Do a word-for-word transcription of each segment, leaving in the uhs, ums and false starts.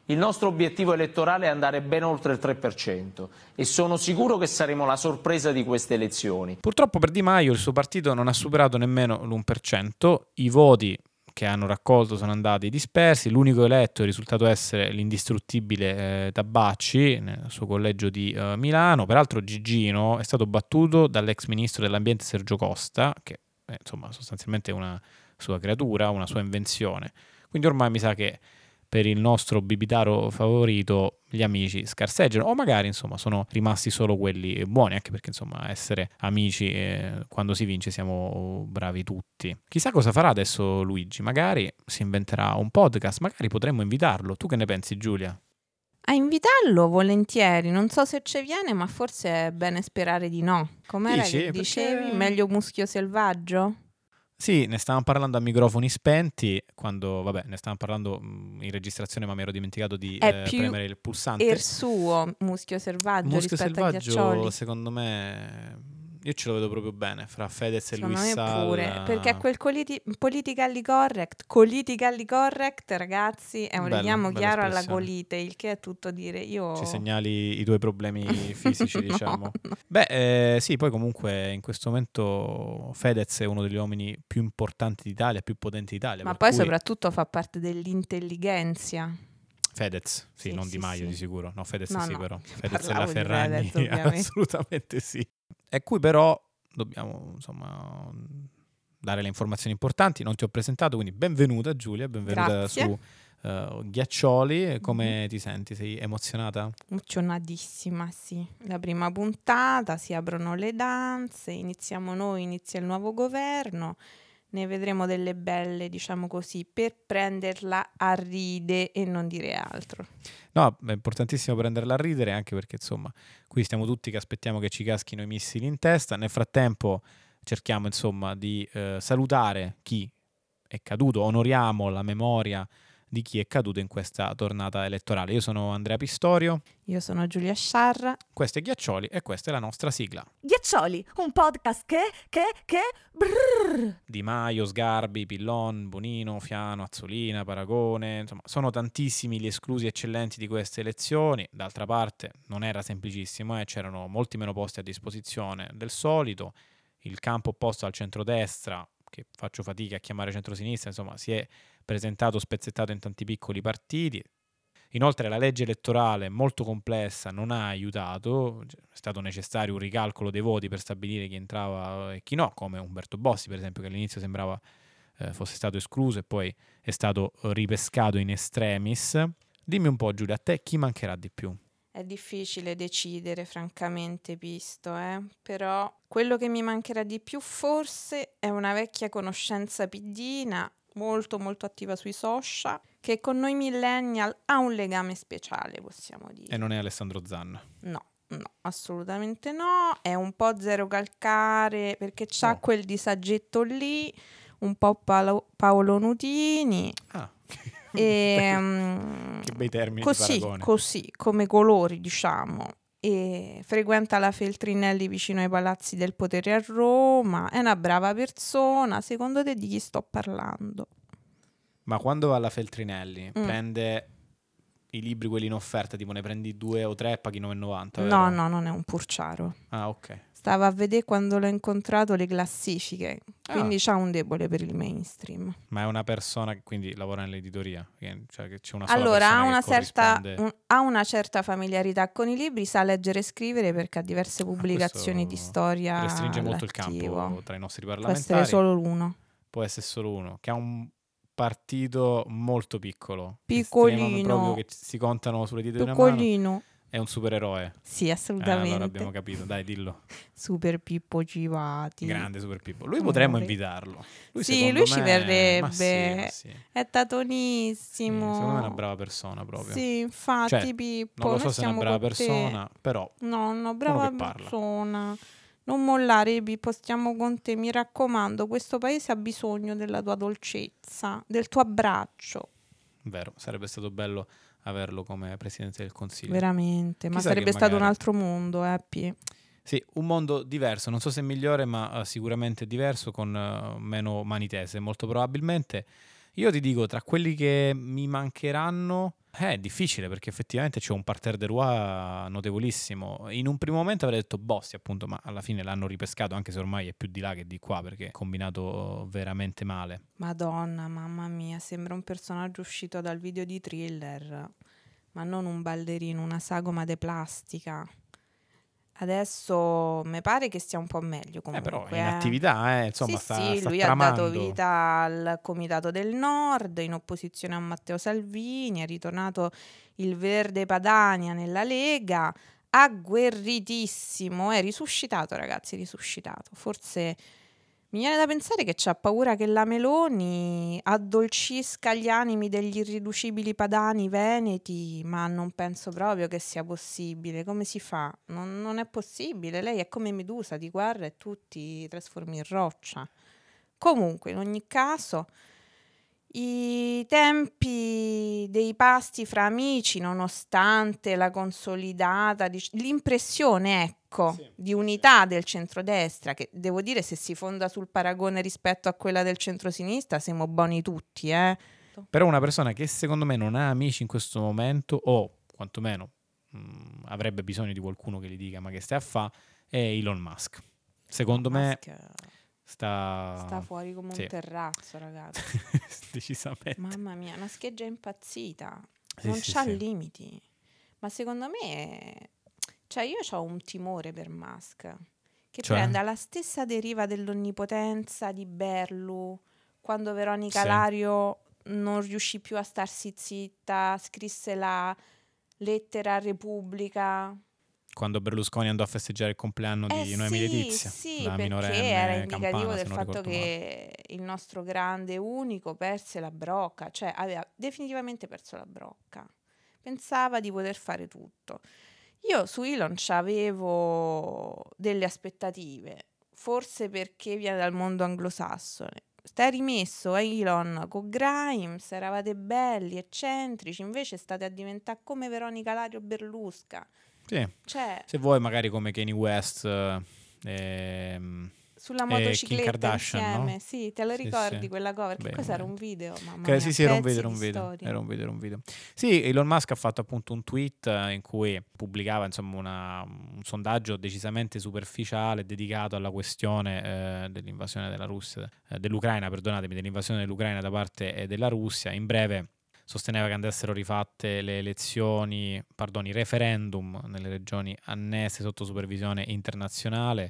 Il nostro obiettivo elettorale è andare ben oltre il tre per cento e sono sicuro che saremo la sorpresa di queste elezioni. Purtroppo per Di Maio il suo partito non ha superato nemmeno l'uno per cento, i voti che hanno raccolto sono andati dispersi, l'unico eletto è risultato essere l'indistruttibile eh, Tabacci nel suo collegio di eh, Milano. Peraltro Gigino è stato battuto dall'ex ministro dell'ambiente Sergio Costa, che è insomma sostanzialmente una sua creatura, una sua invenzione. Quindi ormai mi sa che per il nostro bibitaro favorito gli amici scarseggiano, o magari insomma sono rimasti solo quelli buoni, anche perché insomma essere amici eh, quando si vince siamo bravi tutti. Chissà cosa farà adesso Luigi, magari si inventerà un podcast, magari potremmo invitarlo. Tu che ne pensi, Giulia? A invitarlo volentieri, non so se ci viene, ma forse è bene sperare di no. Com'era Dici? che dicevi? Perché- Meglio muschio selvaggio? Sì, ne stavamo parlando a microfoni spenti, quando, vabbè, ne stavamo parlando mh, in registrazione, ma mi ero dimenticato di È eh, più premere il pulsante. il suo muschio selvaggio Muschio rispetto ai selvaggio, ghiaccioli. secondo me, io ce lo vedo proprio bene, fra Fedez e Secondo Luis me Sal. pure, perché è quel coliti- politically correct, politically correct, ragazzi, è un Bella, richiamo bella chiaro alla espressione. colite, il che è tutto dire. Io Ci segnali i tuoi problemi fisici, No, diciamo. no. Beh, eh, sì, poi comunque in questo momento Fedez è uno degli uomini più importanti d'Italia, più potenti d'Italia. Ma per poi cui- soprattutto fa parte dell'intelligenza. Fedez, sì, Sì, non sì, Di Maio sì. di sicuro. No, Fedez No, sì, no, però. Fedez e parlavo la di Ferragni, Fedez, ovviamente. assolutamente sì. E qui però dobbiamo, insomma, dare le informazioni importanti. Non ti ho presentato, quindi benvenuta Giulia, benvenuta Grazie. su uh, Ghiaccioli. Come Mhm. ti senti? Sei emozionata? Emozionatissima, sì. La prima puntata, si aprono le danze, iniziamo noi, inizia il nuovo governo, ne vedremo delle belle, diciamo così, per prenderla a ride e non dire altro. No, è importantissimo prenderla a ridere, anche perché insomma qui stiamo tutti che aspettiamo che ci caschino i missili in testa. Nel frattempo cerchiamo insomma di eh, salutare chi è caduto, onoriamo la memoria di chi è caduto in questa tornata elettorale. Io sono Andrea Pistorio, Io sono Giulia Sciarra. questo è Ghiaccioli e questa è la nostra sigla. Ghiaccioli, un podcast che, che, che... Brrr. Di Maio, Sgarbi, Pillon, Bonino, Fiano, Azzolina, Paragone, insomma sono tantissimi gli esclusi eccellenti di queste elezioni. D'altra parte non era semplicissimo, eh? C'erano molti meno posti a disposizione del solito. Il campo opposto al centrodestra, che faccio fatica a chiamare centrosinistra, insomma si è presentato spezzettato in tanti piccoli partiti. Inoltre la legge elettorale molto complessa non ha aiutato, è stato necessario un ricalcolo dei voti per stabilire chi entrava e chi no, come Umberto Bossi per esempio, che all'inizio sembrava eh, fosse stato escluso e poi è stato ripescato in extremis. Dimmi un po' Giulia, a te chi mancherà di più? È difficile decidere, francamente, visto, eh? Però quello che mi mancherà di più forse è una vecchia conoscenza piddina, molto molto attiva sui social, che con noi millennial ha un legame speciale, possiamo dire. E non è Alessandro Zanna. No, no, assolutamente no, è un po' zero calcare, perché c'ha Oh. quel disaggetto lì, un po' Paolo, Paolo Nutini, Ah, e, che, mm, che bei termini così, di paragone. così, come colori, diciamo. E frequenta la Feltrinelli vicino ai palazzi del potere a Roma, è una brava persona. Secondo te di chi sto parlando? Ma quando va alla Feltrinelli Mm. prende i libri quelli in offerta, tipo ne prendi due o tre e paghi nove e novanta, No, vero? no, non è un purciaro. Ah, ok. Stava a vedere quando l'ho incontrato le classifiche, quindi Ah. c'ha un debole per il mainstream. Ma è una persona che quindi lavora nell'editoria, che- cioè che c'è una sola Allora, ha persona una, che certa, corrisponde- un- ha una certa familiarità con i libri, sa leggere e scrivere perché ha diverse Ah, pubblicazioni questo di storia restringe molto il all'attivo. campo tra i nostri Può parlamentari. essere solo l'uno. Può essere solo uno, che ha un partito molto piccolo. Estremamente Piccolino. proprio che si contano sulle dita di una mano. Piccolino. È un supereroe. Sì, Eh, assolutamente. allora abbiamo capito, dai, dillo. Super Pippo Civati. Grande Super Pippo. Lui Amore. potremmo invitarlo. Lui Sì, secondo lui ci me- verrebbe. Ma sì, ma sì. È Sì, tatonissimo. secondo me è una brava persona proprio. Sì, infatti, Cioè, Pippo, Non lo noi so se è una stiamo brava con te. persona, però No, no, brava che parla. persona. Non mollare, Pippo, stiamo con te. Mi raccomando, questo paese ha bisogno della tua dolcezza, del tuo abbraccio. vero, sarebbe stato bello averlo come Presidente del Consiglio. Veramente. Ma Chissà sarebbe che stato un magari- altro mondo, eh, Pi. Sì, un mondo diverso, non so se migliore, ma eh, sicuramente diverso, con eh, meno mani tese, molto probabilmente. Io ti dico, tra quelli che mi mancheranno, È difficile perché effettivamente c'è un parterre de roi notevolissimo. In un primo momento avrei detto Bossi, appunto, ma alla fine l'hanno ripescato, anche se ormai è più di là che di qua, perché è combinato veramente male. Madonna, mamma mia, sembra un personaggio uscito dal video di Thriller, ma non un ballerino, una sagoma de plastica. Adesso mi pare che stia un po' meglio Eh, comunque. però è in eh. attività, eh, insomma, Sì, sta, sì, sta lui tramando. ha dato vita al Comitato del Nord in opposizione a Matteo Salvini, è ritornato il Verde Padania nella Lega, agguerritissimo, è risuscitato ragazzi, risuscitato. Forse mi viene da pensare che c'ha paura che la Meloni addolcisca gli animi degli irriducibili padani veneti, ma non penso proprio che sia possibile. Come si fa? Non, non è possibile. Lei è come Medusa, ti guarda e tu ti trasformi in roccia. Comunque, in ogni caso, i tempi dei pasti fra amici, nonostante la consolidata, dic- l'impressione, ecco, Sì, di unità del centrodestra, che devo dire se si fonda sul paragone rispetto a quella del centrosinistra, siamo buoni tutti, eh. Però una persona che secondo me non ha amici in questo momento, o quantomeno mh, avrebbe bisogno di qualcuno che gli dica ma che stai a fa, è Elon Musk. Secondo No, me Musk sta... sta fuori come sì. un terrazzo, ragazzi. Decisamente. Mamma mia, una scheggia impazzita. Sì, Non sì, c'ha sì. limiti. Ma secondo me, cioè io ho un timore per Musk, che Cioè? prenda la stessa deriva dell'onnipotenza di Berlu, quando Veronica Sì. Lario non riuscì più a starsi zitta, scrisse la lettera a Repubblica. Quando Berlusconi andò a festeggiare il compleanno Eh di Noemi sì, Letizia, sì, la perché minorenne era indicativo campana, del se non fatto ricordo male. che il nostro grande unico perse la brocca, cioè aveva definitivamente perso la brocca. Pensava di poter fare tutto. Io su Elon avevo delle aspettative, forse perché viene dal mondo anglosassone. Stai rimesso Elon con Grimes, eravate belli, eccentrici, invece state a diventare come Veronica Lario Berlusca. Sì. Cioè, Se vuoi magari come Kanye West eh, ehm, sulla e Kim motocicletta Kardashian, insieme, no? sì, te lo Sì, ricordi sì. quella cover? Che Beh, cos'era, un momento. video? Mamma Che- mia, sì, sì, era un pezzi video, era un di video, storia. era un video, era un video. Sì, Elon Musk ha fatto appunto un tweet eh, in cui pubblicava insomma una- un sondaggio decisamente superficiale dedicato alla questione eh, dell'invasione della Russia, eh, dell'Ucraina, perdonatemi, dell'invasione dell'Ucraina da parte eh, della Russia. In breve sosteneva che andassero rifatte le elezioni, pardon, i referendum nelle regioni annesse sotto supervisione internazionale,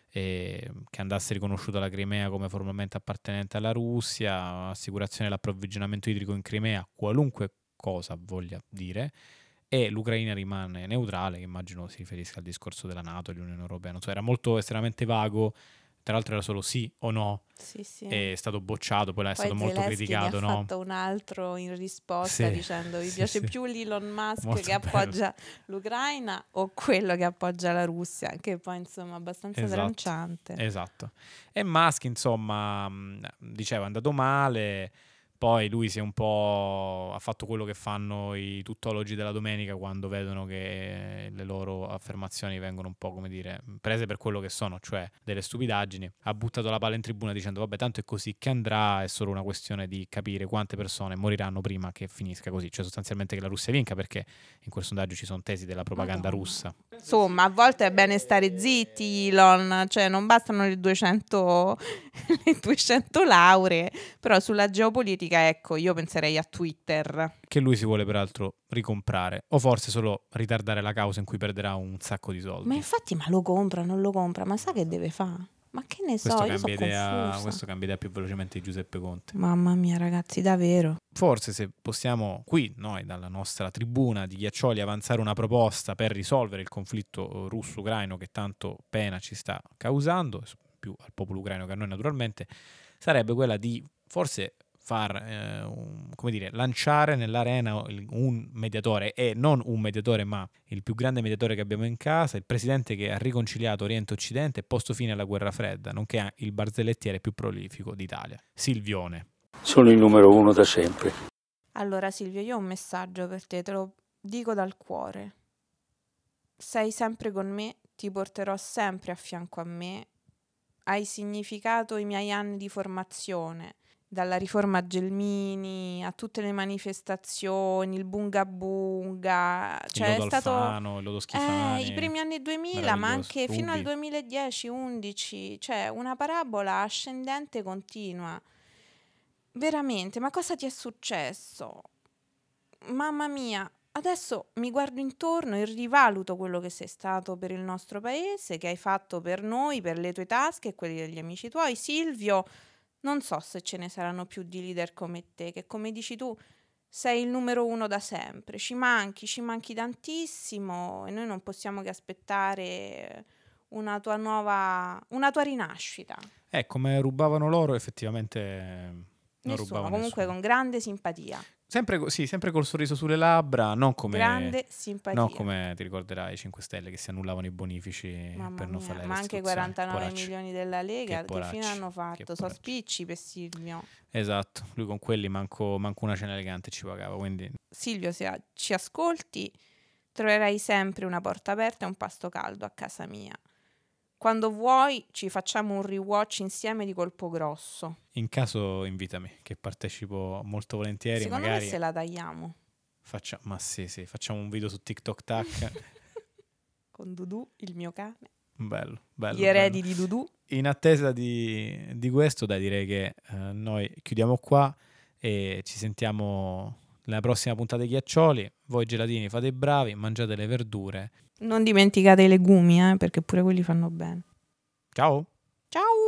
e che andasse riconosciuta la Crimea come formalmente appartenente alla Russia, assicurazione dell'approvvigionamento idrico in Crimea, qualunque cosa voglia dire, e l'Ucraina rimane neutrale, che immagino si riferisca al discorso della NATO e dell'Unione Europea. Non so, era molto estremamente vago, tra l'altro era solo sì o no, Sì, sì. è stato bocciato, poi è stato Poi molto Zelensky criticato, ne ha no? fatto un altro in risposta Sì, dicendo vi sì, piace sì. più l'Elon Musk Molto che bello. appoggia l'Ucraina o quello che appoggia la Russia, che poi insomma è abbastanza Esatto, tranciante. esatto. E Musk, insomma, mh, diceva è andato male, poi lui si è un po' ha fatto quello che fanno i tuttologi della domenica quando vedono che le loro affermazioni vengono un po', come dire, prese per quello che sono, cioè delle stupidaggini. Ha buttato la palla in tribuna dicendo vabbè, tanto è così che andrà, è solo una questione di capire quante persone moriranno prima che finisca così, cioè sostanzialmente che la Russia vinca, perché in quel sondaggio ci sono tesi della propaganda Madonna. russa. Insomma, a volte è bene stare zitti, Elon, cioè non bastano le duecento, le duecento lauree, però sulla geopolitica, ecco, io penserei a Twitter. Che lui si vuole peraltro ricomprare, o forse solo ritardare la causa in cui perderà un sacco di soldi. Ma infatti, ma lo compra, non lo compra, ma sa che deve fare? Ma che ne so, Questo io sono cambia idea, confusa. questo cambia idea più velocemente di Giuseppe Conte. Mamma mia, ragazzi, davvero. Forse se possiamo qui, noi dalla nostra tribuna di Ghiaccioli, avanzare una proposta per risolvere il conflitto russo-ucraino che tanto pena ci sta causando, più al popolo ucraino che a noi naturalmente, sarebbe quella di forse far, eh, un, come dire, lanciare nell'arena un mediatore, e non un mediatore ma il più grande mediatore che abbiamo in casa, il presidente che ha riconciliato Oriente e Occidente e posto fine alla guerra fredda, nonché il barzellettiere più prolifico d'Italia, Silvione. Sono il numero uno da sempre. Allora Silvio, io ho un messaggio per te, te lo dico dal cuore. Sei sempre con me, ti porterò sempre a fianco a me, hai significato i miei anni di formazione dalla riforma Gelmini a tutte le manifestazioni, il bunga bunga, cioè il è lodo stato Alfano, il lodo eh, Schifani, i primi anni duemila, ma meraviglioso, anche fino al Ruby. duemiladieci undici, cioè una parabola ascendente continua. Veramente, ma cosa ti è successo? Mamma mia, adesso mi guardo intorno e rivaluto quello che sei stato per il nostro paese, che hai fatto per noi, per le tue tasche e quelli degli amici tuoi. Silvio, non so se ce ne saranno più di leader come te, che come dici tu sei il numero uno da sempre. Ci manchi, ci manchi tantissimo e noi non possiamo che aspettare una tua nuova, una tua rinascita. Eh, come rubavano loro, effettivamente non Nessuno, rubava comunque nessuno. con grande simpatia. Sempre, co- sì, sempre col sorriso sulle labbra, non come, Grande simpatia. non come ti ricorderai i cinque Stelle che si annullavano i bonifici Mamma per non mia, fare le ma anche restituzioni. quarantanove Poracci. milioni della Lega, Che che, fine poracci, hanno che fatto? Sono poracci. spicci per Silvio. Esatto, lui con quelli manco, manco una cena elegante ci pagava, quindi Silvio, se a- ci ascolti, troverai sempre una porta aperta e un pasto caldo a casa mia. Quando vuoi ci facciamo un rewatch insieme di Colpo Grosso. in caso invitami, che partecipo molto volentieri. Secondo magari me se la tagliamo. faccia- ma sì, sì, facciamo un video su TikTok Tac. Con Dudu, il mio cane. bello, bello. Gli eredi bello. di Dudu. In attesa di, di questo, dai, direi che eh, noi chiudiamo qua e ci sentiamo nella prossima puntata dei Ghiaccioli. Voi gelatini fate i bravi, mangiate le verdure. Non dimenticate i legumi, eh, perché pure quelli fanno bene. Ciao! Ciao!